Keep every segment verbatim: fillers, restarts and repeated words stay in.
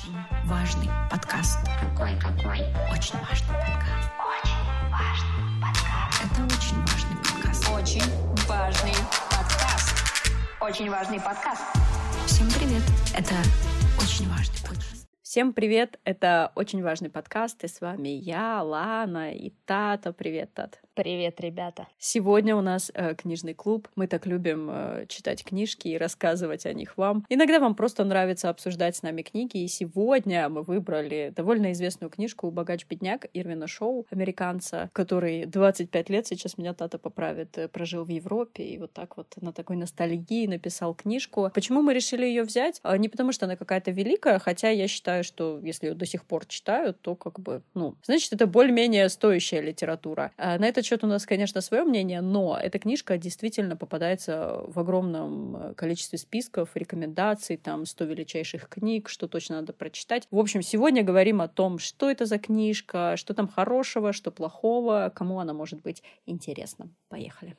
Очень важный подкаст. Какой-какой? Очень важный подкаст. Очень важный подкаст. Это очень важный подкаст. Очень важный подкаст. Очень важный подкаст. Всем привет. Это очень важный подкаст. Всем привет, это очень важный подкаст, и с вами я, Лана и Тата. Привет, Тат. Привет, ребята. Сегодня у нас э, книжный клуб. Мы так любим э, читать книжки и рассказывать о них вам. Иногда вам просто нравится обсуждать с нами книги, и сегодня мы выбрали довольно известную книжку «Богач-бедняк» Ирвина Шоу, американца, который двадцать пять лет, сейчас меня Тата поправит, прожил в Европе, и вот так вот на такой ностальгии написал книжку. Почему мы решили ее взять? Не потому, что она какая-то великая, хотя я считаю, что если ее до сих пор читают, то как бы, ну, значит, это более-менее стоящая литература. А на этот счет у нас, конечно, свое мнение, но эта книжка действительно попадается в огромном количестве списков, рекомендаций, там сто величайших книг, что точно надо прочитать. В общем, сегодня говорим о том, что это за книжка, что там хорошего, что плохого, кому она может быть интересна. Поехали.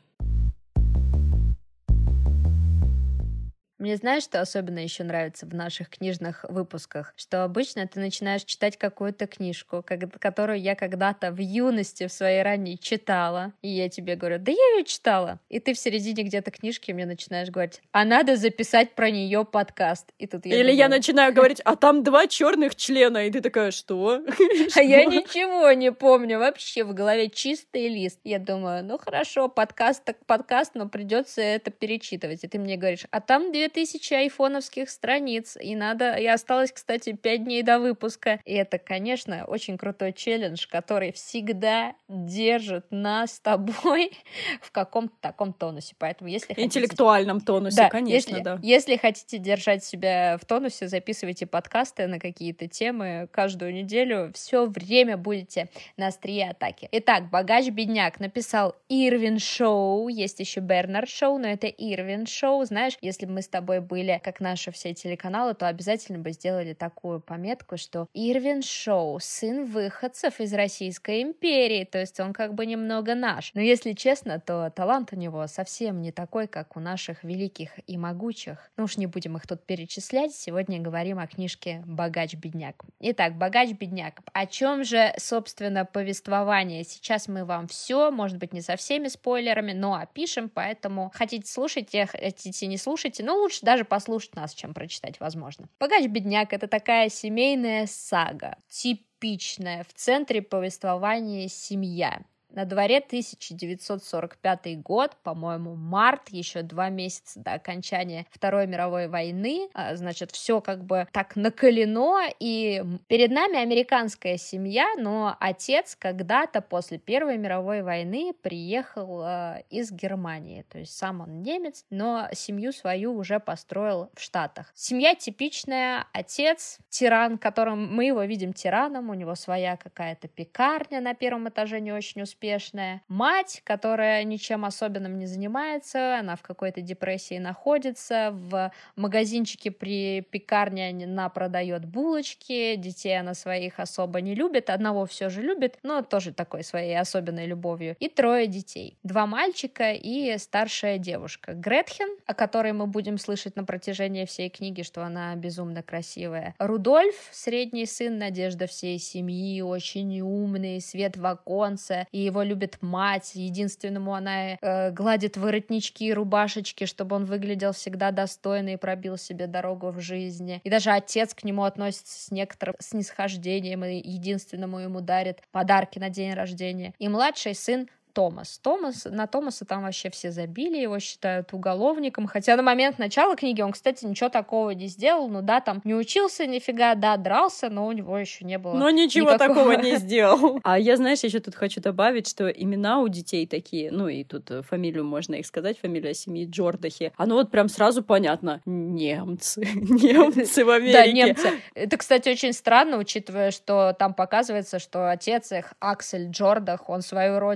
Мне знаешь, что особенно еще нравится в наших книжных выпусках? Что обычно ты начинаешь читать какую-то книжку, которую я когда-то в юности в своей ранней читала, и я тебе говорю, да я ее читала. И ты в середине где-то книжки мне начинаешь говорить, а надо записать про нее подкаст. И тут я Или думаю, я начинаю говорить, а там два черных члена, и ты такая, что? А я ничего не помню, вообще в голове чистый лист. Я думаю, ну хорошо, подкаст так подкаст, но придется это перечитывать. И ты мне говоришь, а там две тысячи айфоновских страниц, и надо... И осталось, кстати, пять дней до выпуска. И это, конечно, очень крутой челлендж, который всегда держит нас с тобой в каком-то таком тонусе. Поэтому если хотите... Интеллектуальном тонусе, да, конечно, если, да. Если хотите держать себя в тонусе, записывайте подкасты на какие-то темы каждую неделю. Все время будете на острие атаки. Итак, «Богач-бедняк» написал Ирвин Шоу. Есть еще Бернард Шоу, но это Ирвин Шоу. Знаешь, если бы мы с тобой были, как наши все телеканалы, то обязательно бы сделали такую пометку, что Ирвин Шоу, сын выходцев из Российской империи, то есть он как бы немного наш. Но если честно, то талант у него совсем не такой, как у наших великих и могучих. Ну уж не будем их тут перечислять, сегодня говорим о книжке «Богач-бедняк». Итак, «Богач-бедняк». О чем же, собственно, повествование? Сейчас мы вам все, может быть, не со всеми спойлерами, но опишем, поэтому хотите слушайте, хотите не слушайте, но лучше даже послушать нас, чем прочитать, возможно. «Богач-бедняк» — это такая семейная сага, типичная, в центре повествования семья. На дворе тысяча девятьсот сорок пятый год, по-моему, март, еще два месяца до окончания Второй мировой войны. Значит, все как бы так накалено, и перед нами американская семья, но отец когда-то после Первой мировой войны приехал э, из Германии. То есть сам он немец, но семью свою уже построил в Штатах. Семья типичная, отец тиран, которым мы его видим тираном, у него своя какая-то пекарня на первом этаже не очень успешная. Мать, которая ничем особенным не занимается, она в какой-то депрессии находится, в магазинчике при пекарне она продает булочки, детей она своих особо не любит, одного все же любит, но тоже такой своей особенной любовью, и трое детей, два мальчика и старшая девушка. Гретхен, о которой мы будем слышать на протяжении всей книги, что она безумно красивая. Рудольф, средний сын, надежда всей семьи, очень умный, свет в оконце, и его любит мать, единственному она э, гладит воротнички и рубашечки, чтобы он выглядел всегда достойно и пробил себе дорогу в жизни. И даже отец к нему относится с некоторым снисхождением и единственному ему дарит подарки на день рождения. И младший сын Томас. Томас. На Томаса там вообще все забили, его считают уголовником, хотя на момент начала книги он, кстати, ничего такого не сделал, ну да, там не учился нифига, да, дрался, но у него еще не было Но ничего никакого... такого не сделал. А я, знаешь, еще тут хочу добавить, что имена у детей такие, ну и тут фамилию можно их сказать, фамилия семьи Джордахи, оно вот прям сразу понятно. Немцы. Немцы в Америке. Да, немцы. Это, кстати, очень странно, учитывая, что там показывается, что отец их, Аксель Джордах, он свою родину не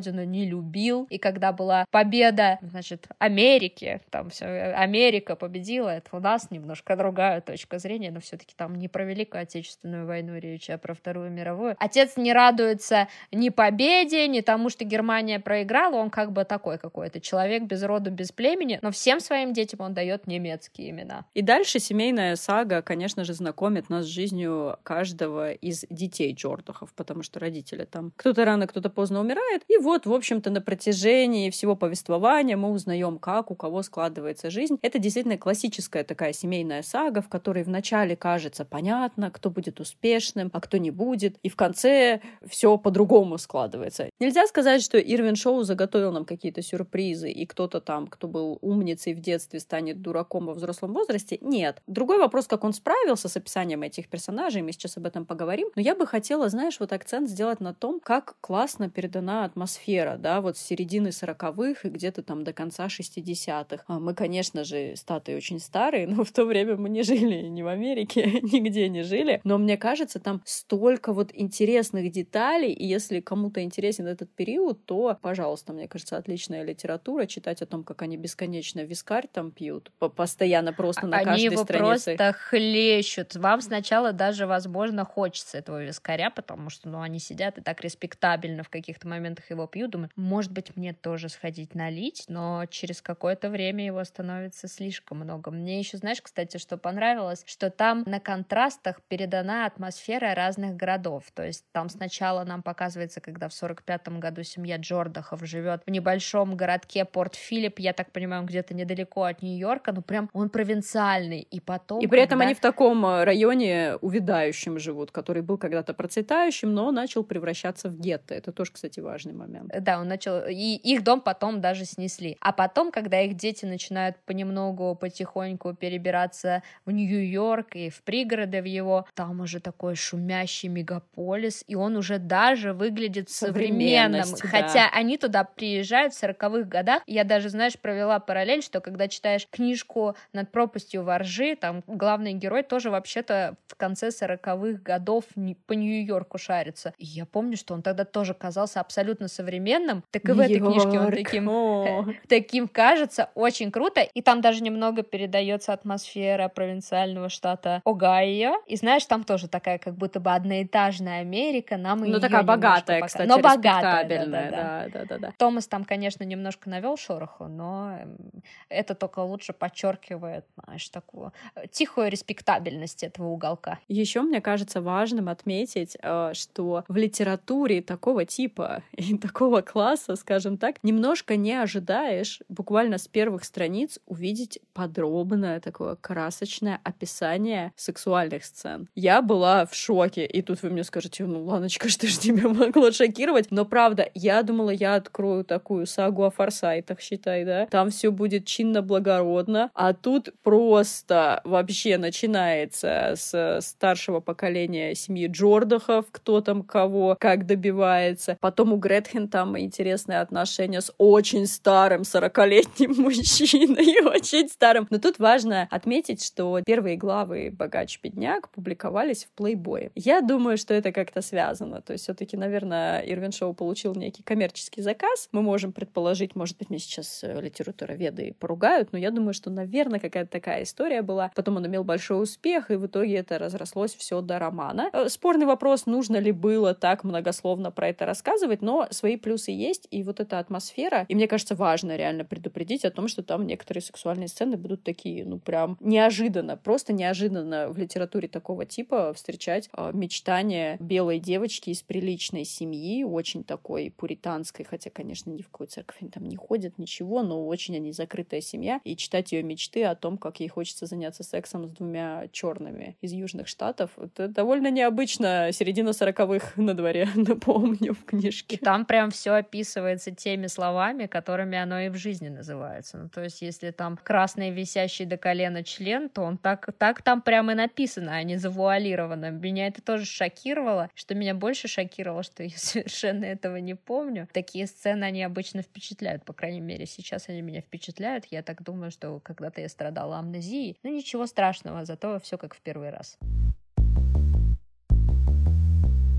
любил, и когда была победа, значит, Америки, там все, Америка победила, это у нас немножко другая точка зрения, но все-таки там не про Великую Отечественную войну речь, а про Вторую мировую. Отец не радуется ни победе, ни тому, что Германия проиграла, он как бы такой какой-то человек без роду, без племени, но всем своим детям он дает немецкие имена. И дальше семейная сага, конечно же, знакомит нас с жизнью каждого из детей Джордахов, потому что родители там кто-то рано, кто-то поздно умирает, и вот, в общем-то, на протяжении всего повествования мы узнаем, как у кого складывается жизнь. Это действительно классическая такая семейная сага, в которой вначале кажется понятно, кто будет успешным, а кто не будет, и в конце все по-другому складывается. Нельзя сказать, что Ирвин Шоу заготовил нам какие-то сюрпризы, и кто-то там, кто был умницей в детстве, станет дураком во взрослом возрасте. Нет. Другой вопрос, как он справился с описанием этих персонажей, мы сейчас об этом поговорим, но я бы хотела, знаешь, вот акцент сделать на том, как классно передана атмосфера, да, вот с середины сороковых и где-то там до конца шестидесятых. Мы, конечно же, статы очень старые, но в то время мы не жили ни в Америке, нигде не жили, но мне кажется, там столько вот интересных деталей, и если кому-то интересен этот период, то, пожалуйста, мне кажется, отличная литература, читать о том, как они бесконечно вискарь там пьют, постоянно просто на они каждой его странице. Просто хлещут. Вам сначала даже, возможно, хочется этого вискаря, потому что, ну, они сидят и так респектабельно в каких-то моментах его пьют, думаю, может быть, мне тоже сходить налить, но через какое-то время его становится слишком много. Мне еще, знаешь, кстати, что понравилось, что там на контрастах передана атмосфера разных городов, то есть там сначала нам показывается, когда в сорок пятом году семья Джордахов живет в небольшом городке Порт-Филипп, я так понимаю, где-то недалеко от Нью-Йорка, ну прям он провинциальный, и потом... И при этом когда... они в таком районе увядающем живут, который был когда-то процветающим, но начал превращаться в гетто. Это тоже, кстати, важный момент. Да, он начал... И их дом потом даже снесли. А потом, когда их дети начинают понемногу, потихоньку перебираться в Нью-Йорк и в пригороды в его, там уже такой шумящий мегаполис, и он уже даже выглядит современным. Хотя да. они туда приезжают в сороковых годах. Я даже, знаешь, провела параллель, что когда читаешь книжку «Над пропастью во ржи», там главный герой тоже вообще-то в конце сороковых годов по Нью-Йорку шарится. И я помню, что он тогда тоже казался абсолютно современным. Так и в этой книжке он таким, таким кажется. Очень круто. И там даже немного передается атмосфера провинциального штата Огайо. И знаешь, там тоже такая как будто бы одноэтажная Америка. Нам ну, такая богатая, пока... кстати, но респектабельная. Богатая, да, да, да, да, да. Томас там, конечно, немножко навел шороху, но это только лучше подчеркивает, знаешь, такую тихую респектабельность этого уголка. Еще мне кажется важным отметить, что в литературе такого типа и такого класса, скажем так, немножко не ожидаешь буквально с первых страниц увидеть подробное такое красочное описание сексуальных сцен. Я была в шоке, и тут вы мне скажете, ну, Ланочка, что ж тебя могло шокировать? Но правда, я думала, я открою такую сагу о форсайтах, считай, да? Там все будет чинно-благородно, а тут просто вообще начинается с старшего поколения семьи Джордахов, кто там кого, как добивается. Потом у Гретхен там интересные отношения с очень старым сорокалетним мужчиной, очень старым. Но тут важно отметить, что первые главы «Богач-бедняк» публиковались в Playboy. Я думаю, что это как-то связано. То есть все-таки, наверное, Ирвин Шоу получил некий коммерческий заказ. Мы можем предположить, может быть, мне сейчас литературоведы поругают, но я думаю, что, наверное, какая-то такая история была. Потом он имел большой успех, и в итоге это разрослось все до романа. Спорный вопрос, нужно ли было так многословно про это рассказывать, но свои плюсы есть, и вот эта атмосфера. И мне кажется, важно реально предупредить о том, что там некоторые сексуальные сцены будут такие, ну, прям неожиданно, просто неожиданно в литературе такого типа встречать э, мечтания белой девочки из приличной семьи, очень такой пуританской, хотя, конечно, ни в какую церковь они там не ходят, ничего, но очень они закрытая семья, и читать ее мечты о том, как ей хочется заняться сексом с двумя черными из Южных Штатов, это довольно необычно. Середина сороковых на дворе, напомню, в книжке. И там прям все описывается теми словами, которыми оно и в жизни называется. Ну, то есть, если там красный висящий до колена член, то он так, так там прям и написано, а не завуалировано. Меня это тоже шокировало. Что меня больше шокировало, что я совершенно этого не помню. Такие сцены, они обычно впечатляют. По крайней мере, сейчас они меня впечатляют. Я так думаю, что когда-то я страдала амнезией. Ну, ничего страшного, зато все как в первый раз.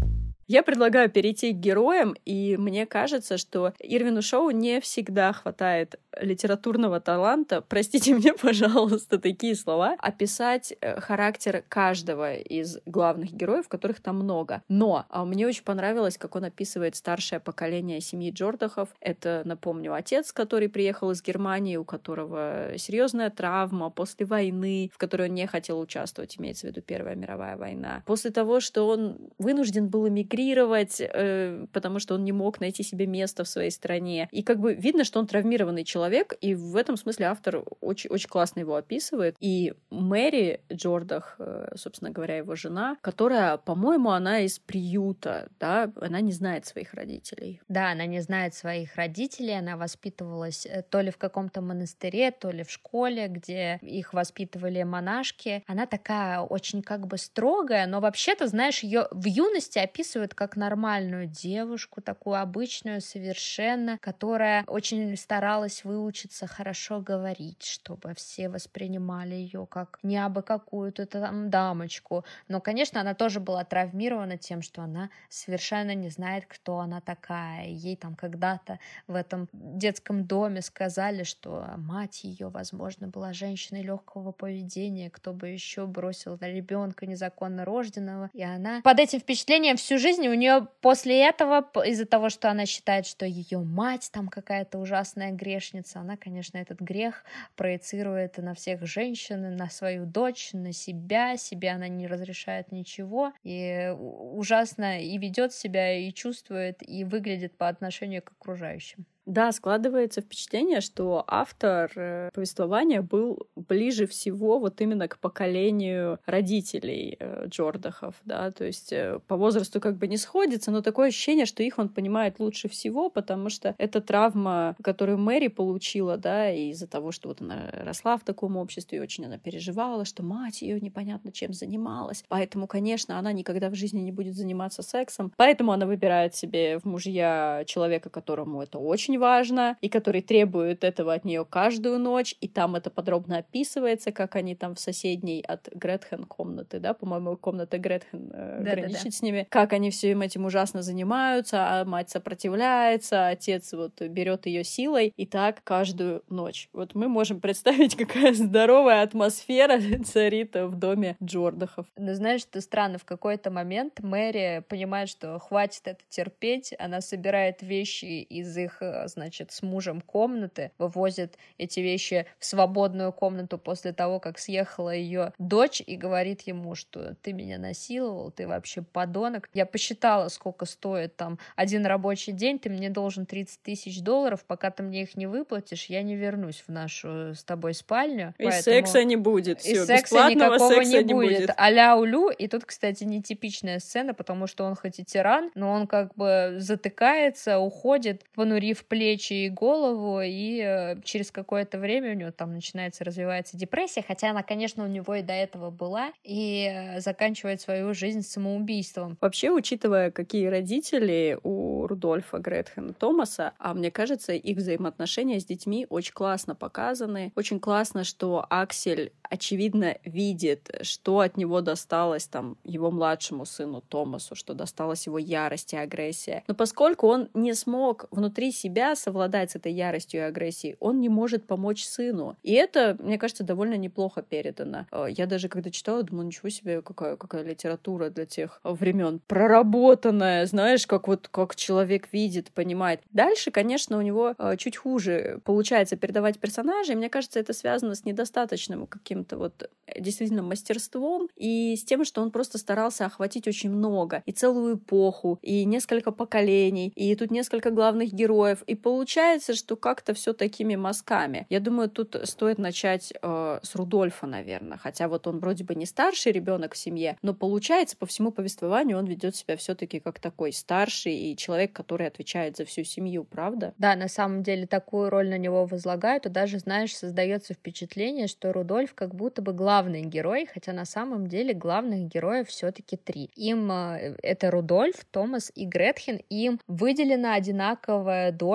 Я предлагаю перейти к героям, и мне кажется, что Ирвину Шоу не всегда хватает литературного таланта, простите мне, пожалуйста, такие слова, описать характер каждого из главных героев, которых там много. Но а мне очень понравилось, как он описывает старшее поколение семьи Джордахов. Это, напомню, отец, который приехал из Германии, у которого серьезная травма после войны, в которой он не хотел участвовать, имеется в виду Первая мировая война. После того, что он вынужден был эмигрировать, э, потому что он не мог найти себе место в своей стране. И как бы видно, что он травмированный человек, и в этом смысле автор очень, очень классно его описывает. И Мэри Джордах, собственно говоря, его жена, которая, по-моему, она из приюта, да, она не знает своих родителей. Да, она не знает своих родителей, она воспитывалась то ли в каком-то монастыре, то ли в школе, где их воспитывали монашки. Она такая очень как бы строгая, но вообще-то, знаешь, ее в юности описывают как нормальную девушку, такую обычную совершенно, которая очень старалась выучиться хорошо говорить, чтобы все воспринимали ее как не абы какую-то там дамочку. Но, конечно, она тоже была травмирована тем, что она совершенно не знает, кто она такая. Ей там когда-то в этом детском доме сказали, что мать ее, возможно, была женщиной легкого поведения, кто бы еще бросил на ребенка незаконно рожденного. И она под этим впечатлением всю жизнь у нее после этого, из-за того, что она считает, что ее мать там какая-то ужасная грешница, она, конечно, этот грех проецирует на всех женщин, на свою дочь, на себя. Себе она не разрешает ничего. И ужасно и ведет себя, и чувствует, и выглядит по отношению к окружающим. Да, складывается впечатление, что автор э, повествования был ближе всего вот именно к поколению родителей э, Джордахов, да, то есть э, по возрасту как бы не сходится, но такое ощущение, что их он понимает лучше всего, потому что это травма, которую Мэри получила, да, и из-за того, что вот она росла в таком обществе, и очень она переживала, что мать ее непонятно чем занималась, поэтому, конечно, она никогда в жизни не будет заниматься сексом, поэтому она выбирает себе в мужья человека, которому это очень важно, и который требует этого от нее каждую ночь, и там это подробно описывается, как они там в соседней от Гретхен комнаты, да, по-моему, комната Гретхен э, да, граничит да, да. с ними, как они всем этим ужасно занимаются, а мать сопротивляется, а отец вот берет ее силой, и так каждую ночь. Вот мы можем представить, какая здоровая атмосфера царит в доме Джордахов. Ну, знаешь, что странно, в какой-то момент Мэри понимает, что хватит это терпеть, она собирает вещи из их, значит, с мужем комнаты, вывозит эти вещи в свободную комнату после того, как съехала ее дочь, и говорит ему, что ты меня насиловал, ты вообще подонок. Я посчитала, сколько стоит там один рабочий день, ты мне должен тридцать тысяч долларов, пока ты мне их не выплатишь, я не вернусь в нашу с тобой спальню. И поэтому... секса не будет. И Всё, секса никакого секса не будет. будет. А-ля улю. И тут, кстати, нетипичная сцена, потому что он хоть и тиран, но он как бы затыкается, уходит, понурив плечи и голову, и э, через какое-то время у него там начинается, развивается депрессия, хотя она, конечно, у него и до этого была, и э, заканчивает свою жизнь самоубийством. Вообще, учитывая, какие родители у Рудольфа, Гретхен и Томаса, а мне кажется, их взаимоотношения с детьми очень классно показаны. Очень классно, что Аксель, очевидно, видит, что от него досталось там его младшему сыну Томасу, что досталось его ярость и агрессия. Но поскольку он не смог внутри себя совладать с этой яростью и агрессией, он не может помочь сыну. И это, мне кажется, довольно неплохо передано. Я даже когда читала, думала, ничего себе, какая, какая литература для тех времен. Проработанная, знаешь, как вот как человек видит, понимает. Дальше, конечно, у него чуть хуже получается передавать персонажей. Мне кажется, это связано с недостаточным каким-то вот действительно мастерством и с тем, что он просто старался охватить очень много. И целую эпоху, и несколько поколений, и тут несколько главных героев. И получается, что как-то все такими мазками. Я думаю, тут стоит начать э, с Рудольфа, наверное. Хотя вот он вроде бы не старший ребенок в семье, но получается, по всему повествованию он ведет себя все-таки как такой старший и человек, который отвечает за всю семью, правда? Да, на самом деле такую роль на него возлагают, и даже, знаешь, создается впечатление, что Рудольф как будто бы главный герой, хотя на самом деле главных героев все-таки три. Им э, это Рудольф, Томас и Гретхен, им выделена одинаковая доля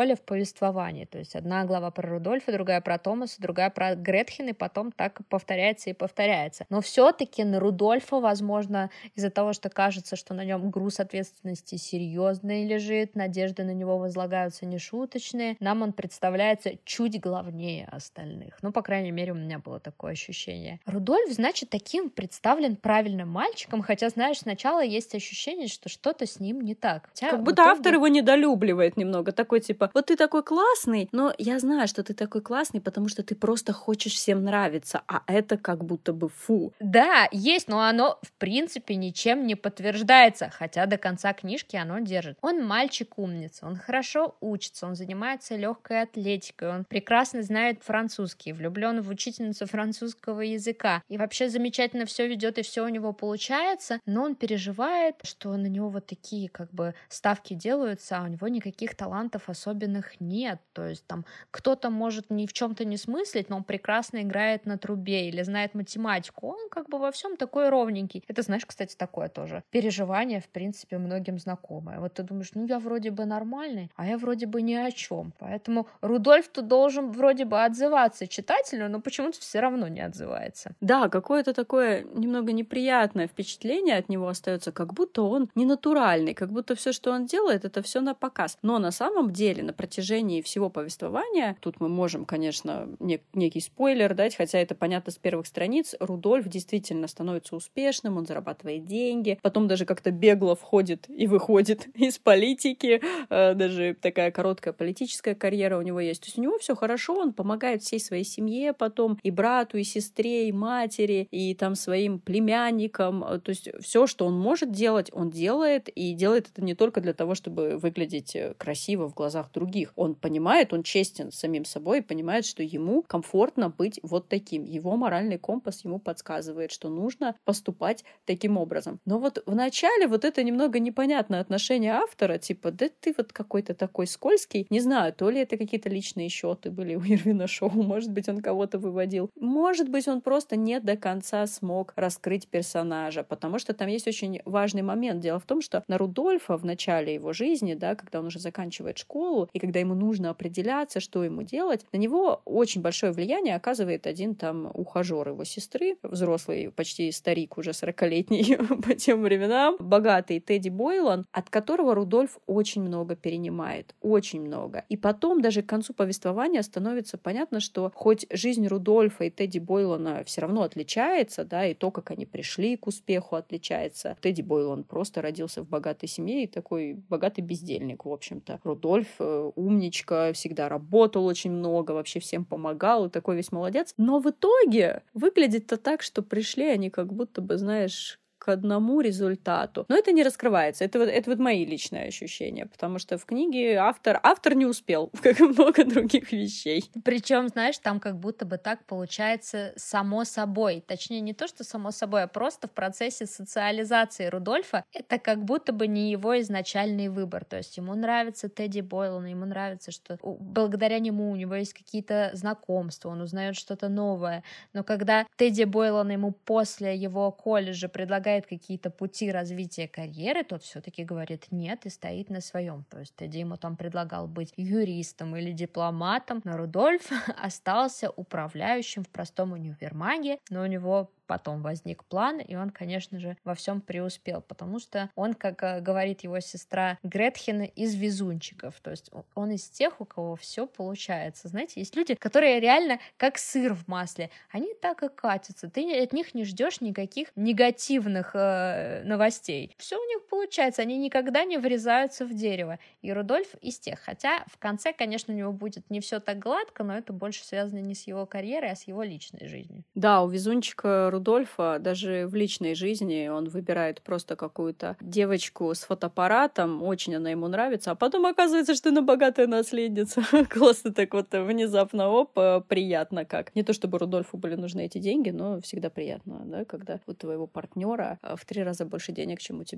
роли в повествовании. То есть одна глава про Рудольфа, другая про Томаса, другая про Гретхен, и потом так повторяется и повторяется. Но все-таки на Рудольфа, возможно, из-за того, что кажется, что на нем груз ответственности серьезный лежит, надежды на него возлагаются нешуточные, нам он представляется чуть главнее остальных. Ну, по крайней мере, у меня было такое ощущение. Рудольф, значит, таким представлен правильным мальчиком, хотя, знаешь, сначала есть ощущение, что что-то с ним не так. Хотя как будто итоге... автор его недолюбливает немного. Такой, типа, вот ты такой классный, но я знаю, что ты такой классный, потому что ты просто хочешь всем нравиться, а это как будто бы фу. Да, есть, но оно, в принципе, ничем не подтверждается, хотя до конца книжки оно держит. Он мальчик-умница, он хорошо учится, он занимается легкой атлетикой, он прекрасно знает французский, влюблен в учительницу французского языка, и вообще замечательно все ведет, и все у него получается, но он переживает, что на него вот такие как бы ставки делаются, а у него никаких талантов особенных нет. То есть там кто-то может ни в чем-то не смыслить, но он прекрасно играет на трубе или знает математику. Он как бы во всем такой ровненький. Это, знаешь, кстати, такое тоже переживание, в принципе, многим знакомое. Вот ты думаешь, ну я вроде бы нормальный, а я вроде бы ни о чем. Поэтому Рудольф тут должен вроде бы отзываться читателю, но почему-то все равно не отзывается. Да, какое-то такое немного неприятное впечатление от него остается, как будто он ненатуральный, как будто все, что он делает, это все на показ. Но на самом деле на протяжении всего повествования, тут мы можем, конечно, нек- некий спойлер дать, хотя это понятно с первых страниц, Рудольф действительно становится успешным, он зарабатывает деньги, потом даже как-то бегло входит и выходит из политики, даже такая короткая политическая карьера у него есть. То есть у него все хорошо, он помогает всей своей семье потом, и брату, и сестре, и матери, и там своим племянникам. То есть все, что он может делать, он делает, и делает это не только для того, чтобы выглядеть красиво в глазах других. Он понимает, он честен с самим собой, понимает, что ему комфортно быть вот таким. Его моральный компас ему подсказывает, что нужно поступать таким образом. Но вот в начале вот это немного непонятное отношение автора, типа, да ты вот какой-то такой скользкий. Не знаю, то ли это какие-то личные счеты были у Ирвина Шоу, может быть, он кого-то выводил. Может быть, он просто не до конца смог раскрыть персонажа, потому что там есть очень важный момент. Дело в том, что на Рудольфа в начале его жизни, да, когда он уже заканчивает школу, и когда ему нужно определяться, что ему делать, на него очень большое влияние оказывает один там ухажер его сестры, взрослый, почти старик, уже сорокалетний по тем временам, богатый Тедди Бойлан, от которого Рудольф очень много перенимает, очень много. И потом даже к концу повествования становится понятно, что хоть жизнь Рудольфа и Тедди Бойлана все равно отличается, да, и то, как они пришли к успеху, отличается. Тедди Бойлан просто родился в богатой семье и такой богатый бездельник, в общем-то. Рудольф э, умничка, всегда работал очень много, вообще всем помогал, и такой весь молодец. Но в итоге выглядит-то так, что пришли они как будто бы, знаешь, к одному результату. Но это не раскрывается. Это вот, это вот мои личные ощущения, потому что в книге автор, автор не успел, как и много других вещей. Причем, знаешь, там как будто бы так получается само собой. Точнее, не то, что само собой, а просто в процессе социализации Рудольфа это как будто бы не его изначальный выбор. То есть ему нравится Тедди Бойлан, ему нравится, что благодаря нему у него есть какие-то знакомства, он узнает что-то новое. Но когда Тедди Бойлан ему после его колледжа предлагает какие-то пути развития карьеры, тот все-таки говорит нет и стоит на своем. То есть Тедди ему там предлагал быть юристом или дипломатом, но Рудольф остался управляющим в простом универмаге, но у него потом возник план, и он, конечно же, во всем преуспел, потому что он, как говорит его сестра Гретхен, из везунчиков, то есть он из тех, у кого все получается. Знаете, есть люди, которые реально как сыр в масле, они так и катятся, ты от них не ждешь никаких негативных э, новостей. Все у них получается, они никогда не врезаются в дерево. И Рудольф из тех, хотя в конце, конечно, у него будет не все так гладко, но это больше связано не с его карьерой, а с его личной жизнью. Да, у везунчика Рудольфа даже в личной жизни он выбирает просто какую-то девочку с фотоаппаратом, очень она ему нравится, а потом оказывается, что она богатая наследница. Классно так вот внезапно, оп, приятно как. Не то чтобы Рудольфу были нужны эти деньги, но всегда приятно, да, когда у твоего партнера в три раза больше денег, чем у тебя, а у тебя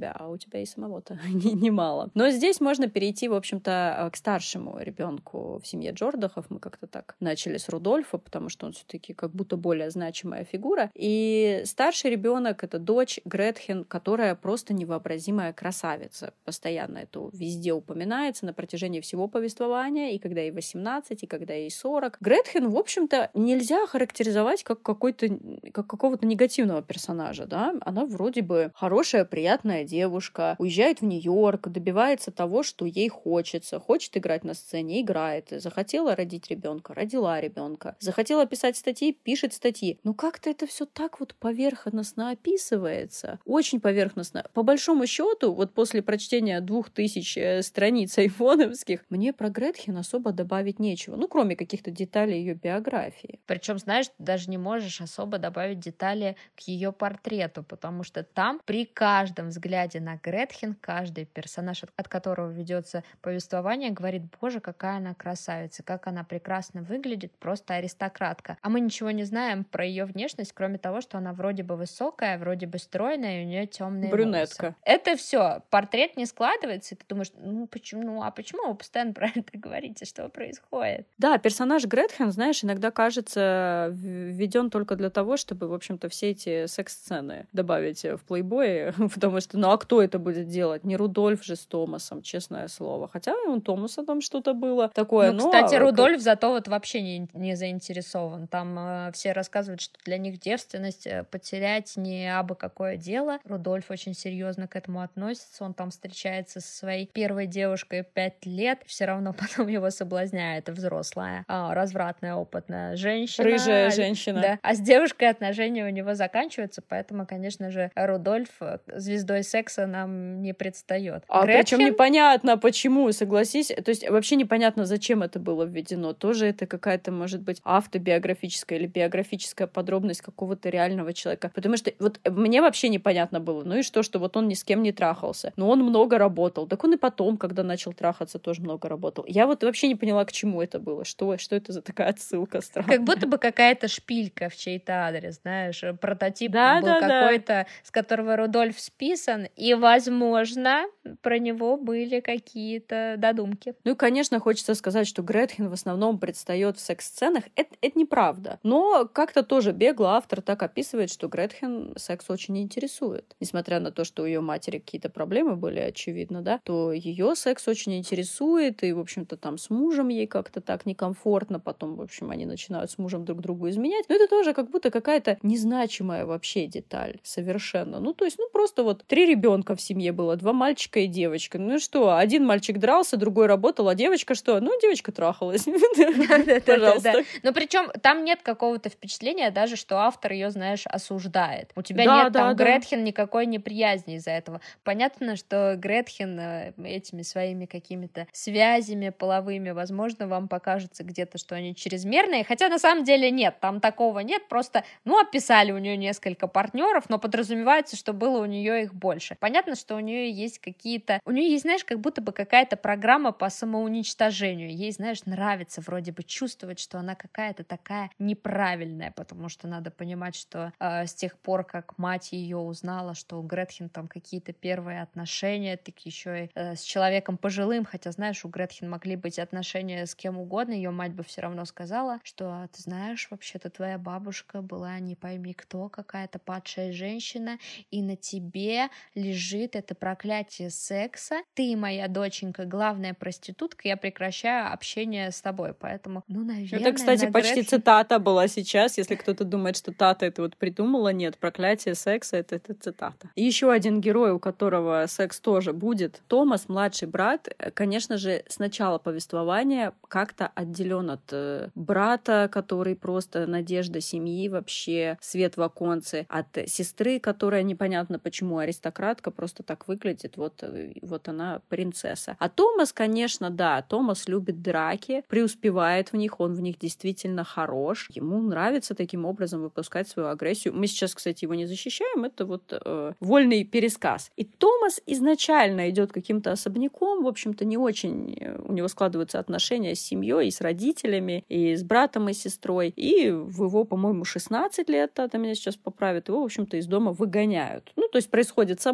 тебя и самого-то немало. Но здесь можно перейти, в общем-то, к старшему ребенку в семье Джордахов. Мы как-то так начали с Рудольфа, потому что он все-таки как будто более значимая фигура. И старший ребенок — это дочь Гретхен, которая просто невообразимая красавица. Постоянно это везде упоминается на протяжении всего повествования, и когда ей восемнадцать, и когда ей сорок. Гретхен, в общем-то, нельзя характеризовать как какой-то, как какого-то негативного персонажа, да? Она вроде бы хорошая, приятная девушка, уезжает в Нью-Йорк, добивается того, что ей хочется. Хочет играть на сцене — играет. Захотела родить ребенка — родила ребенка. Захотела писать статьи — пишет статьи. Но как-то это все так вот поверхностно описывается. Очень поверхностно. По большому счету, вот после прочтения двух тысяч страниц айфоновских, мне про Гретхен особо добавить нечего. Ну, кроме каких-то деталей ее биографии. Причем, знаешь, ты даже не можешь особо добавить детали к ее портрету, потому что там при каждом взгляде на Гретхен каждый персонаж, от которого ведется повествование, говорит: боже, какая она красавица, как она прекрасно выглядит, просто аристократка. А мы ничего не знаем про ее внешность, кроме того, что она вроде бы высокая, вроде бы стройная, и у нее темные брюнетка. волосы. Это все. Портрет не складывается, и ты думаешь: ну почему, ну а почему вы постоянно про это говорите, что происходит? Да, персонаж Гретхен, знаешь, иногда кажется введен только для того, чтобы, в общем-то, все эти секс-сцены добавить в плейбое, потому что, ну а кто это будет делать? Не Рудольф же с Томасом, честное слово. Хотя у Томаса там что-то было такое. Ну, но... кстати, Рудольф зато вот вообще не, не заинтересован. Там э, все рассказывают, что для них девственность э, потерять не абы какое дело. Рудольф очень серьезно к этому относится. Он там встречается со своей первой девушкой пять лет. Все равно потом его соблазняет взрослая, э, развратная, опытная женщина. Рыжая женщина. Да. А с девушкой отношения у него заканчиваются, поэтому, конечно же, Рудольф звездой секса нам не предстает. А Гретхен... причем непонятно, почему, согласись. То есть вообще непонятно, зачем это было введено. Тоже это какая-то, может быть, автобиографическая или биографическая подробность какого-то реального человека. Потому что вот мне вообще непонятно было. Ну и что, что вот он ни с кем не трахался. Но он много работал. Так он и потом, когда начал трахаться, тоже много работал. Я вот вообще не поняла, к чему это было. Что, что это за такая отсылка странная. Как будто бы какая-то шпилька в чей-то адрес, знаешь. Прототип да, был да, какой-то, да. с которого Рудольф списан. И, возможно, про него были какие-то додумки. Ну и, конечно, хочется сказать, что Гретхен в основном предстает в секс-сценах. Это, это неправда. Но как-то тоже бегло автор так описывает, что Гретхен секс очень интересует. Несмотря на то, что у ее матери какие-то проблемы были, очевидно, да, то ее секс очень интересует, и, в общем-то, там с мужем ей как-то так некомфортно, потом, в общем, они начинают с мужем друг другу изменять. Но это тоже как будто какая-то незначимая вообще деталь совершенно. Ну, то есть, ну, просто вот три ребенка в семье было, два мальчика и девочка. Ну и что, один мальчик дрался, другой работал, а девочка что? Ну, девочка трахалась. Пожалуйста. Но причем там нет какого-то впечатления даже, что автор ее, знаешь, осуждает. У тебя нет там Гретхен никакой неприязни из-за этого. Понятно, что Гретхен этими своими какими-то связями половыми, возможно, вам покажется где-то, что они чрезмерные, хотя на самом деле нет, там такого нет, просто, ну, описали у нее несколько партнеров, но подразумевается, что было у нее их больше. Понятно, что у нее есть какие-то, у нее есть, знаешь, как будто бы какая-то программа по самоуничтожению, ей, знаешь, нравится вроде бы чувствовать, что она какая-то такая неправильная, потому что надо понимать, что э, с тех пор, как мать ее узнала, что у Гретхен там какие-то первые отношения, так еще и э, с человеком пожилым, хотя, знаешь, у Гретхен могли быть отношения с кем угодно, ее мать бы все равно сказала, что, ты знаешь, вообще-то твоя бабушка была не пойми кто, какая-то падшая женщина, и на тебе лежит это проклятие секса, ты, моя доченька, главная проститутка, я прекращаю общение с тобой, поэтому, ну, наверное... Это, кстати, почти Гретхен... цитата была сейчас, если кто-то думает, что Тата это вот придумала, нет, проклятие секса — это, это цитата. И еще один герой, у которого секс тоже будет, Томас, младший брат, конечно же, с начала повествования как-то отделен от э, брата, который просто надежда семьи, вообще свет в оконце, от сестры, которая непонятно почему аристократка, просто так выглядит, вот, вот она принцесса. А Томас, конечно, да, Томас любит драки, преуспевает в них, он в них действительно хорош, ему нравится таким образом выпускать свою агрессию. Мы сейчас, кстати, его не защищаем, это вот э, вольный пересказ. И Томас изначально идет каким-то особняком, в общем-то, не очень у него складываются отношения с семьей и с родителями, и с братом, и с сестрой. И в его, по-моему, шестнадцать лет, Тата меня сейчас поправит, его, в общем-то, из дома выгоняют. Ну, то есть происходят события,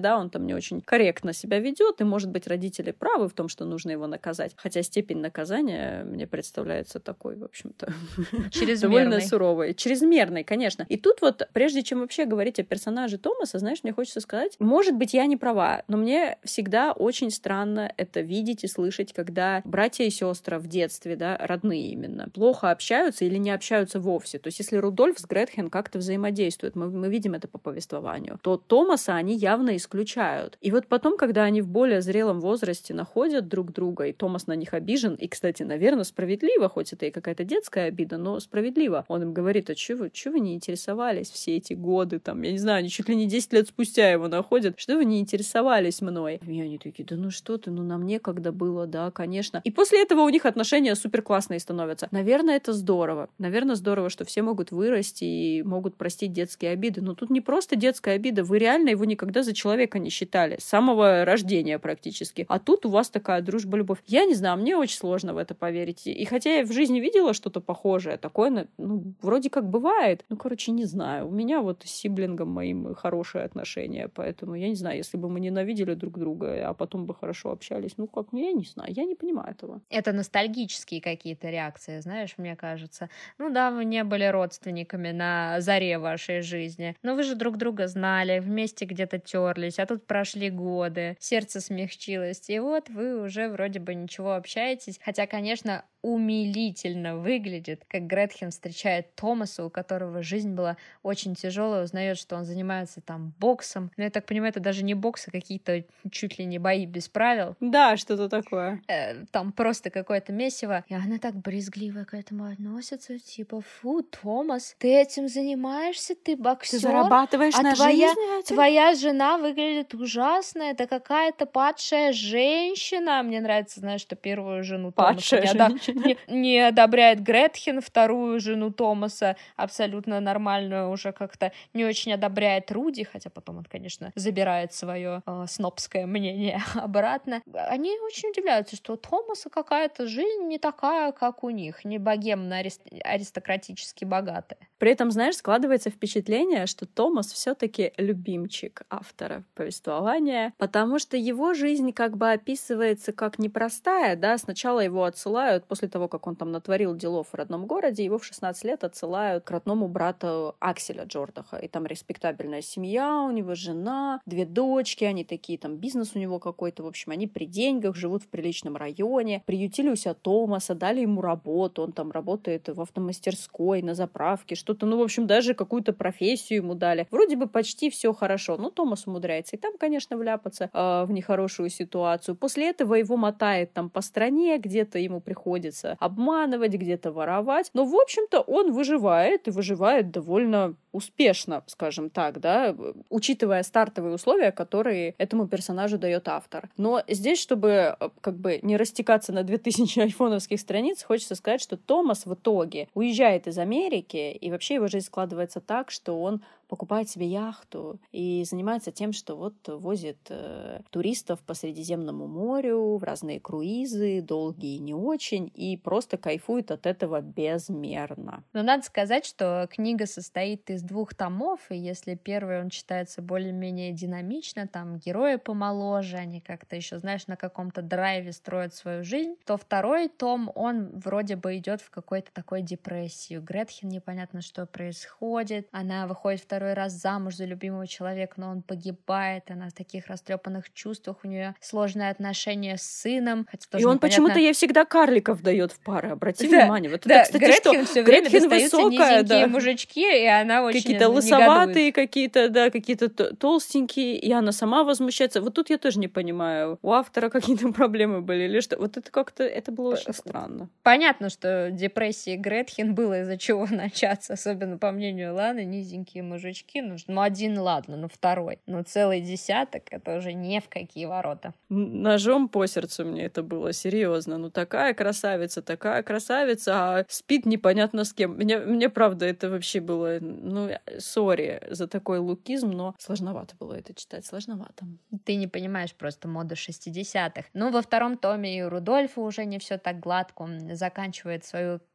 да, он там не очень корректно себя ведет, и, может быть, родители правы в том, что нужно его наказать. Хотя степень наказания мне представляется такой, в общем-то, довольно суровой. Чрезмерной, конечно. И тут вот, прежде чем вообще говорить о персонаже Томаса, знаешь, мне хочется сказать, может быть, я не права, но мне всегда очень странно это видеть и слышать, когда братья и сестры в детстве, да, родные именно, плохо общаются или не общаются вовсе. То есть, если Рудольф с Гретхен как-то взаимодействуют, мы, мы видим это по повествованию, то Томаса они явно исключают. И вот потом, когда они в более зрелом возрасте находят друг друга, и Томас на них обижен, и, кстати, наверное, справедливо, хоть это и какая-то детская обида, но справедливо. Он им говорит, а чего вы, чего вы не интересовались все эти годы, там, я не знаю, они чуть ли не десять лет спустя его находят, что вы не интересовались мной? И они такие, да ну что ты, ну нам некогда было, да, конечно. И после этого у них отношения супер классные становятся. Наверное, это здорово. Наверное, здорово, что все могут вырасти и могут простить детские обиды. Но тут не просто детская обида, вы реально его никогда за человека не считали. С самого рождения практически. А тут у вас такая дружба-любовь. Я не знаю, мне очень сложно в это поверить. И хотя я в жизни видела что-то похожее, такое, ну, вроде как бывает. Ну, короче, не знаю. У меня вот с сиблингом моим хорошие отношения, поэтому я не знаю, если бы мы ненавидели друг друга, а потом бы хорошо общались, ну как, ну я не знаю, я не понимаю этого. Это ностальгические какие-то реакции, знаешь, мне кажется. Ну да, вы не были родственниками на заре вашей жизни, но вы же друг друга знали, вместе где-то терлись, а тут прошли годы, сердце смягчилось, и вот вы уже вроде бы ничего общаетесь, хотя, конечно, умилительно выглядит, как Гретхен встречает Томаса, у которого жизнь была очень тяжелая, узнает, что он занимается там боксом. Но я так понимаю, это даже не бокс, а какие-то чуть ли не бои без правил. Да, что-то такое. Э, там просто какое-то месиво. И она так брезгливо к этому относится, типа, фу, Томас, ты этим занимаешься, ты боксер, ты зарабатываешь а на твоя, жизнь этим? Твоя жена выглядит ужасно, это какая-то падшая женщина. Мне нравится, знаешь, что первую жену падшая Томаса женщина. Не, не одобряет Гретхен, вторую жену Томаса, абсолютно нормальную, уже как-то не очень одобряет Руди, хотя потом он, конечно, забирает свое э, снобское мнение обратно. Они очень удивляются, что у Томаса какая-то жизнь не такая, как у них, не богемно-аристократически богатая. При этом, знаешь, складывается впечатление, что Томас все-таки любимчик автора повествования, потому что его жизнь как бы описывается как непростая, да, сначала его отсылают после того, как он там натворил делов в родном городе, его в шестнадцать лет отсылают к родному брату Акселя Джордаха, и там респектабельная семья, у него жена, две дочки, они такие, там бизнес у него какой-то, в общем, они при деньгах, живут в приличном районе, приютили у себя Томаса, дали ему работу, он там работает в автомастерской, на заправке, что-то, ну, в общем, даже какую-то профессию ему дали. Вроде бы почти все хорошо, но Томас умудряется и там, конечно, вляпаться э, в нехорошую ситуацию. После этого его мотает там по стране, где-то ему приходится обманывать, где-то воровать, но, в общем-то, он выживает, и выживает довольно успешно, скажем так, да, учитывая стартовые условия, которые этому персонажу дает автор. Но здесь, чтобы как бы не растекаться на две тысячи айфоновских страниц, хочется сказать, что Томас в итоге уезжает из Америки, и вообще его жизнь складывается так, что он покупает себе яхту и занимается тем, что вот возит э, туристов по Средиземному морю в разные круизы, долгие и не очень, и просто кайфует от этого безмерно. Но надо сказать, что книга состоит из двух томов, и если первый он читается более-менее динамично, там герои помоложе, они как-то еще, знаешь, на каком-то драйве строят свою жизнь, то второй том, он вроде бы идет в какой-то такой депрессию. Гретхен непонятно, что происходит, она выходит второй раз замуж за любимого человека, но он погибает, она в таких растрепанных чувствах, у нее сложные отношения с сыном. Хотя тоже и он непонятно... почему-то ей всегда карликов дает в пары, обрати да, внимание. Вот да, это, кстати, Гретхен что? все время Гретхен достаются высокая, низенькие да. мужички, и она очень какие-то лысоватые, какие-то, да, какие-то толстенькие, и она сама возмущается. Вот тут я тоже не понимаю, у автора какие-то проблемы были или что. Вот это как-то, это было очень странно. Понятно, что депрессии Гретхен было из-за чего начаться, особенно по мнению Ланы, низенькие мужички. Ну, ну один, ладно, ну второй. Но целый десяток, это уже не в какие ворота. Ножом по сердцу мне это было, серьезно. Ну такая красавица, такая красавица, а спит непонятно с кем. Мне, мне правда, это вообще было, ну, сори за такой лукизм, но сложновато было это читать, сложновато. Ты не понимаешь просто моду шестидесятых. Ну, во втором томе и у Рудольфа уже не все так гладко. Он заканчивает свою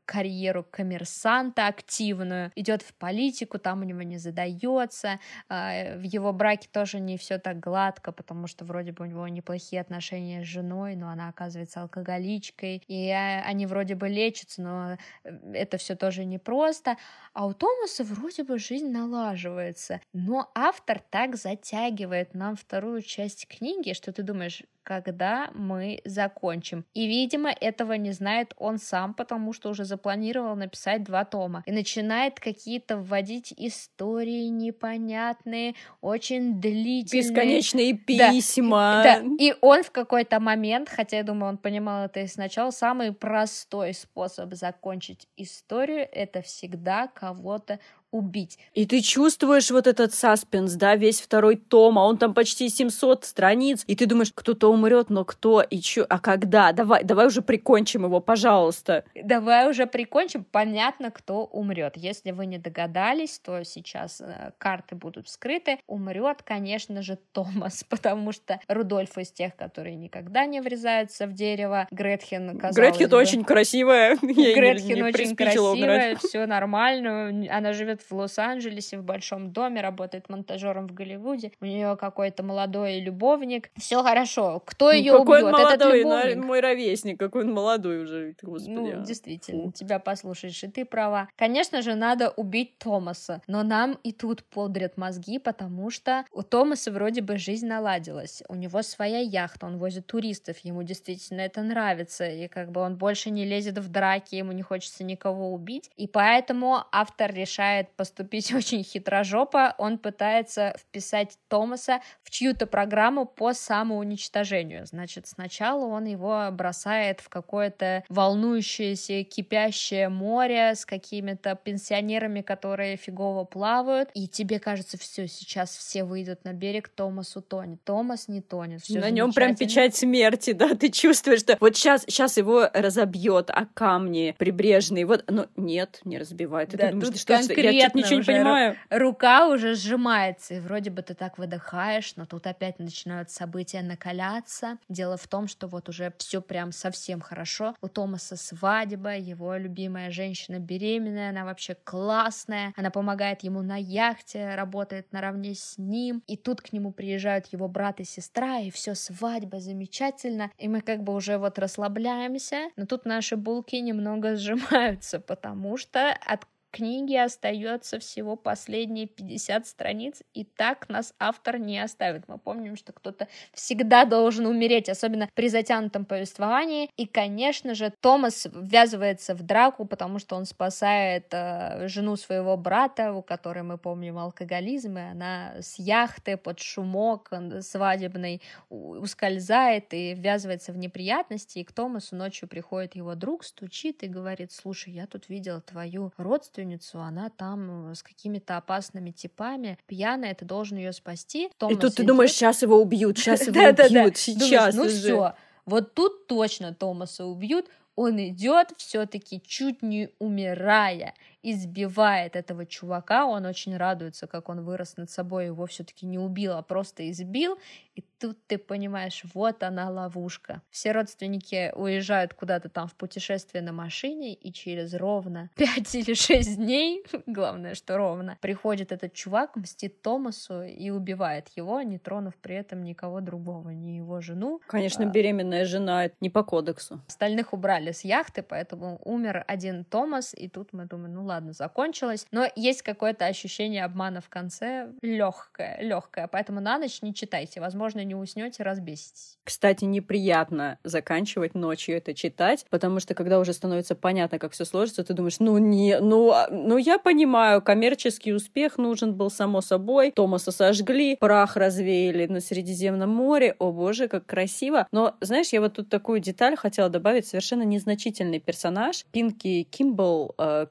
карьеру коммерсанта активную, идет в политику, там у него не задается, в его браке тоже не все так гладко, потому что вроде бы у него неплохие отношения с женой, но она оказывается алкоголичкой, и они вроде бы лечатся, но это все тоже непросто, а у Томаса вроде бы жизнь налаживается, но автор так затягивает нам вторую часть книги, что ты думаешь, когда мы закончим. И, видимо, этого не знает он сам, потому что уже запланировал написать два тома. И начинает какие-то вводить истории непонятные, очень длительные. Бесконечные письма. Да, да. И он в какой-то момент, хотя я думаю, он понимал это и сначала, самый простой способ закончить историю — это всегда кого-то убить. И ты чувствуешь вот этот саспенс, да, весь второй том, а он там почти семьсот страниц, и ты думаешь, кто-то умрет, но кто и чё, а когда? Давай, давай уже прикончим его, пожалуйста. Давай уже прикончим, понятно, кто умрет. Если вы не догадались, то сейчас э, карты будут вскрыты. Умрет, конечно же, Томас, потому что Рудольф из тех, которые никогда не врезаются в дерево. Гретхен, казалось Гретхен бы... очень красивая. Гретхен очень красивая, все нормально. Она живет в Лос-Анджелесе, в большом доме, работает монтажером в Голливуде. У нее какой-то молодой любовник. Все хорошо. Кто ее ну, какой убьет? Он молодой, Этот любовник. Мой ровесник, какой он молодой уже. Господи, ну, а. действительно, Фу. тебя послушаешь, и ты права. Конечно же, надо убить Томаса, но нам и тут подрят мозги, потому что у Томаса вроде бы жизнь наладилась. У него своя яхта, он возит туристов, ему действительно это нравится, и как бы он больше не лезет в драки, ему не хочется никого убить, и поэтому автор решает поступить очень хитрожопо, он пытается вписать Томаса в чью-то программу по самоуничтожению. Значит, сначала он его бросает в какое-то волнующееся, кипящее море с какими-то пенсионерами, которые фигово плавают, и тебе кажется, все, сейчас все выйдут на берег, Томас утонет. Томас не тонет. Всё на нем прям печать смерти, да, ты чувствуешь, что вот сейчас, сейчас его разобьет о камни прибрежные, вот, но нет, не разбивает. Да, ты думаешь, тут что я что-то ничего не понимаю. Рука уже сжимается, и вроде бы ты так выдыхаешь, но тут опять начинают события накаляться. Дело в том, что вот уже все прям совсем хорошо. У Томаса свадьба, его любимая женщина беременная, она вообще классная, она помогает ему на яхте, работает наравне с ним, и тут к нему приезжают его брат и сестра, и все, свадьба, замечательно, и мы как бы уже вот расслабляемся, но тут наши булки немного сжимаются, потому что от книги остается всего последние пятьдесят страниц, и так нас автор не оставит. Мы помним, что кто-то всегда должен умереть, особенно при затянутом повествовании. И, конечно же, Томас ввязывается в драку, потому что он спасает э, жену своего брата, у которой, мы помним, алкоголизм, и она с яхты под шумок свадебный ускользает и ввязывается в неприятности. И к Томасу ночью приходит его друг, стучит и говорит: слушай, я тут видел твою родственницу, она там с какими-то опасными типами, пьяная, ты должен ее спасти. Томас и тут ты идет... думаешь, сейчас его убьют, сейчас его убьют, сейчас. Ну все, вот тут точно Томаса убьют. Он идет, все-таки чуть не умирая, избивает этого чувака. Он очень радуется, как он вырос над собой, его все-таки не убил, а просто избил. И тут ты понимаешь, вот она ловушка. Все родственники уезжают куда-то там в путешествие на машине, и через ровно пять или шесть дней, главное, что ровно, приходит этот чувак, мстит Томасу и убивает его, не тронув при этом никого другого, ни его жену. Конечно, беременная жена, это не по кодексу. Остальных убрали с яхты, поэтому умер один Томас, и тут мы думаем, ну ладно, закончилось. Но есть какое-то ощущение обмана в конце, легкое, легкое, поэтому на ночь не читайте, возможно, не уснете, разбеситесь. Кстати, неприятно заканчивать ночью это читать, потому что когда уже становится понятно, как все сложится, ты думаешь, ну не, ну, ну я понимаю, коммерческий успех нужен был, само собой, Томаса сожгли, прах развеяли на Средиземном море, о боже, как красиво. Но, знаешь, я вот тут такую деталь хотела добавить, совершенно незначительный персонаж. Пинки Кимбл э, как раз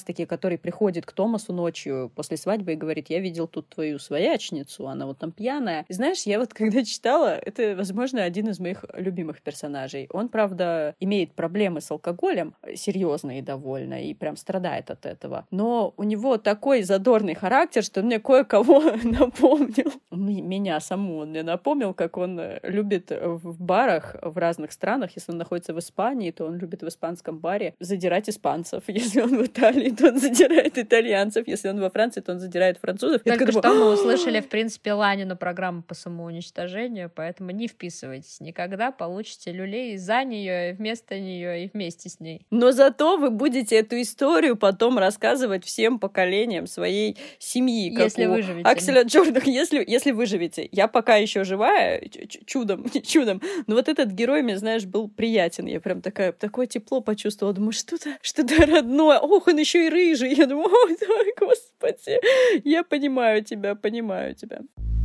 раз-таки, который приходит к Томасу ночью после свадьбы и говорит: я видел тут твою своячницу, она вот там пьяная. И знаешь, я вот когда читала, это, возможно, один из моих любимых персонажей. Он, правда, имеет проблемы с алкоголем, серьезные довольно, и прям страдает от этого. Но у него такой задорный характер, что мне кое-кого напомнил. Меня саму он мне напомнил, как он любит в барах в разных странах. Если он находится в Испании, то он любит в испанском баре задирать испанцев. Если он в Италии, то он задирает итальянцев. Если он во Франции, то он задирает французов. Только думаю, что мы услышали, в принципе, Ланину программу по самоуничтожению, поэтому не вписывайтесь никогда, получите люлей за нее, вместо нее и вместе с ней. Но зато вы будете эту историю потом рассказывать всем поколениям своей семьи. Если выживете. Акселя Джордана, если, если выживете. Я пока еще живая, чудом, чудом. Но вот этот герой мне, знаешь, был приятен. Я прям такая, такое тепло почувствовала. Думаю, что-то, что-то родное. Ох, он еще и рыжий. Я думаю, ой, господи, я понимаю тебя, понимаю тебя.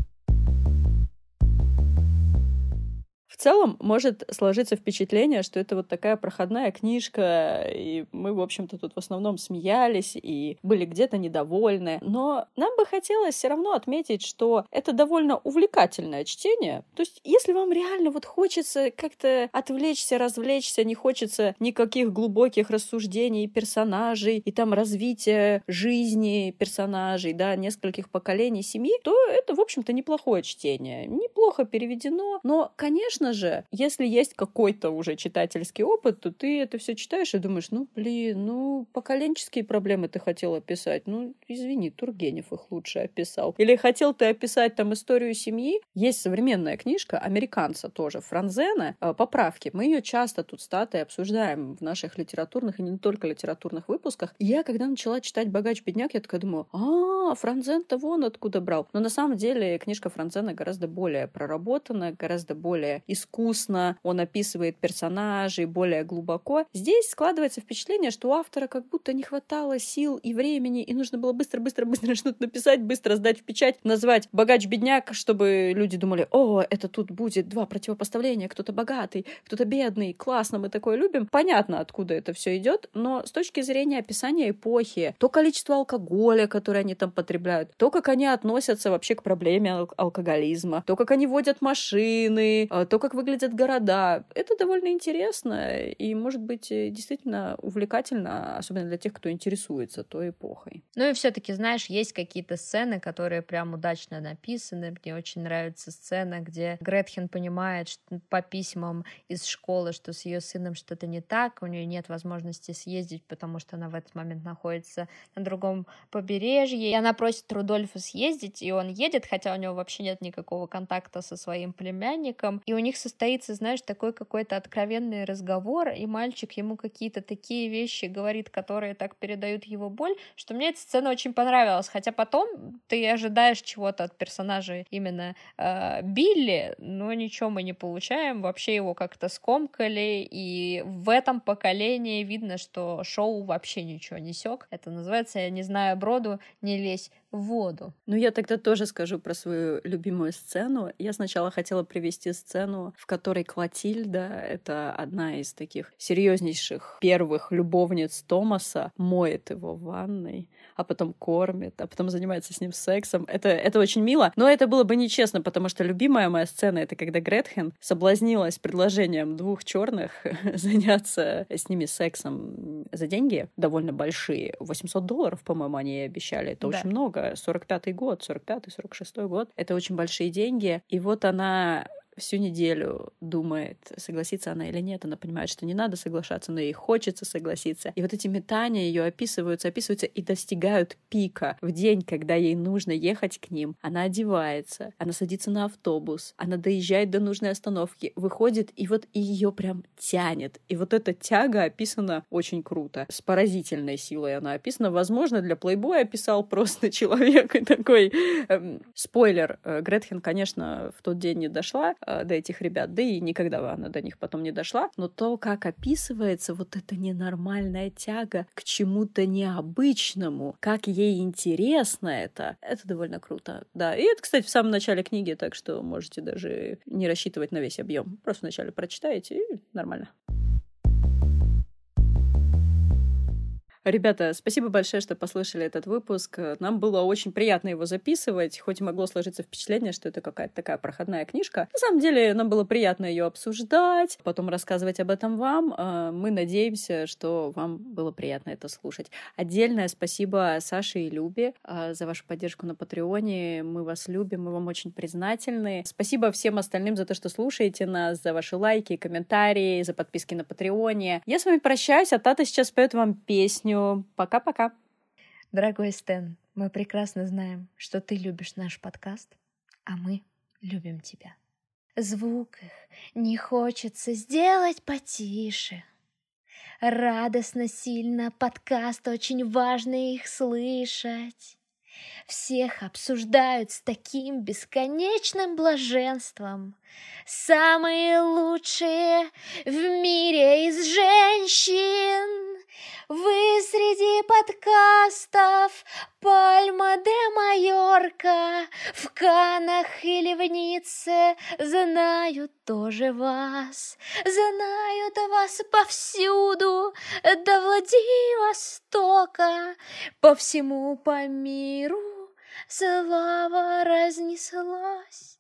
В целом может сложиться впечатление, что это вот такая проходная книжка, и мы, в общем-то, тут в основном смеялись и были где-то недовольны. Но нам бы хотелось все равно отметить, что это довольно увлекательное чтение. То есть, если вам реально вот хочется как-то отвлечься, развлечься, не хочется никаких глубоких рассуждений персонажей и там развития жизни персонажей, да, нескольких поколений семьи, то это, в общем-то, неплохое чтение. Неплохо переведено, но, конечно же, если есть какой-то уже читательский опыт, то ты это все читаешь и думаешь, ну, блин, ну, поколенческие проблемы ты хотел описать. Ну, извини, Тургенев их лучше описал. Или хотел ты описать там историю семьи. Есть современная книжка американца тоже, Франзена, «Поправки». Мы ее часто тут с Татой обсуждаем в наших литературных и не только литературных выпусках. И я, когда начала читать «Богач-бедняк», я такая думаю, а, Франзен-то вон откуда брал. Но на самом деле книжка Франзена гораздо более проработана, гораздо более искусно, он описывает персонажей более глубоко. Здесь складывается впечатление, что у автора как будто не хватало сил и времени, и нужно было быстро-быстро-быстро что-то написать, быстро сдать в печать, назвать «Богач-бедняк», чтобы люди думали, о, это тут будет два противопоставления, кто-то богатый, кто-то бедный, классно, мы такое любим. Понятно, откуда это все идет, но с точки зрения описания эпохи, то количество алкоголя, которое они там потребляют, то, как они относятся вообще к проблеме ал- алкоголизма, то, как они водят машины, то, как выглядят города. Это довольно интересно и, может быть, действительно увлекательно, особенно для тех, кто интересуется той эпохой. Ну и все-таки, знаешь, есть какие-то сцены, которые прям удачно написаны. Мне очень нравится сцена, где Гретхен понимает что по письмам из школы, что с ее сыном что-то не так, у нее нет возможности съездить, потому что она в этот момент находится на другом побережье. И она просит Рудольфа съездить, и он едет, хотя у него вообще нет никакого контакта со своим племянником. И у них состоится, знаешь, такой какой-то откровенный разговор, и мальчик ему какие-то такие вещи говорит, которые так передают его боль, что мне эта сцена очень понравилась. Хотя потом ты ожидаешь чего-то от персонажа именно э, Билли, но ничего мы не получаем. Вообще его как-то скомкали, и в этом поколении видно, что шоу вообще ничего не сёк. Это называется «Я не знаю броду, не лезь в воду». Ну, я тогда тоже скажу про свою любимую сцену. Я сначала хотела привести сцену, в которой Клотильда, это одна из таких серьезнейших первых любовниц Томаса, моет его в ванной, а потом кормит, а потом занимается с ним сексом. Это, это очень мило, но это было бы нечестно, потому что любимая моя сцена — это когда Гретхен соблазнилась предложением двух черных заняться с ними сексом за деньги довольно большие. восемьсот долларов, по-моему, они обещали. Это да. Очень много. сорок пятый год, сорок пятый сорок шестой год. Это очень большие деньги. И вот она всю неделю думает, согласится она или нет. Она понимает, что не надо соглашаться, но ей хочется согласиться. И вот эти метания ее описываются, описываются и достигают пика. В день, когда ей нужно ехать к ним, она одевается, она садится на автобус, она доезжает до нужной остановки, выходит, и вот ее прям тянет. И вот эта тяга описана очень круто. С поразительной силой она описана. Возможно, для плейбоя писал просто человек и такой... Эм, спойлер. Гретхен, конечно, в тот день не дошла до этих ребят, да и никогда она до них потом не дошла, но то, как описывается вот эта ненормальная тяга к чему-то необычному, как ей интересно это, это довольно круто. Да, и это, кстати, в самом начале книги, так что можете даже не рассчитывать на весь объем. Просто вначале прочитаете, и нормально. Ребята, спасибо большое, что послушали этот выпуск. Нам было очень приятно его записывать, хоть и могло сложиться впечатление, что это какая-то такая проходная книжка. На самом деле, нам было приятно ее обсуждать, потом рассказывать об этом вам. Мы надеемся, что вам было приятно это слушать. Отдельное спасибо Саше и Любе за вашу поддержку на Патреоне. Мы вас любим, мы вам очень признательны. Спасибо всем остальным за то, что слушаете нас, за ваши лайки, комментарии, за подписки на Патреоне. Я с вами прощаюсь, а Тата сейчас поет вам песню. Пока-пока. Дорогой Стэн, мы прекрасно знаем, что ты любишь наш подкаст, а мы любим тебя. Звук их не хочется сделать потише. Радостно, сильно подкаст, очень важно их слышать. Всех обсуждают с таким бесконечным блаженством. Самые лучшие в мире из женщин. Вы среди подкастов Пальма де Майорка, в Каннах или в Ницце знают тоже вас, знают вас повсюду, до Владивостока, по всему по миру слава разнеслась.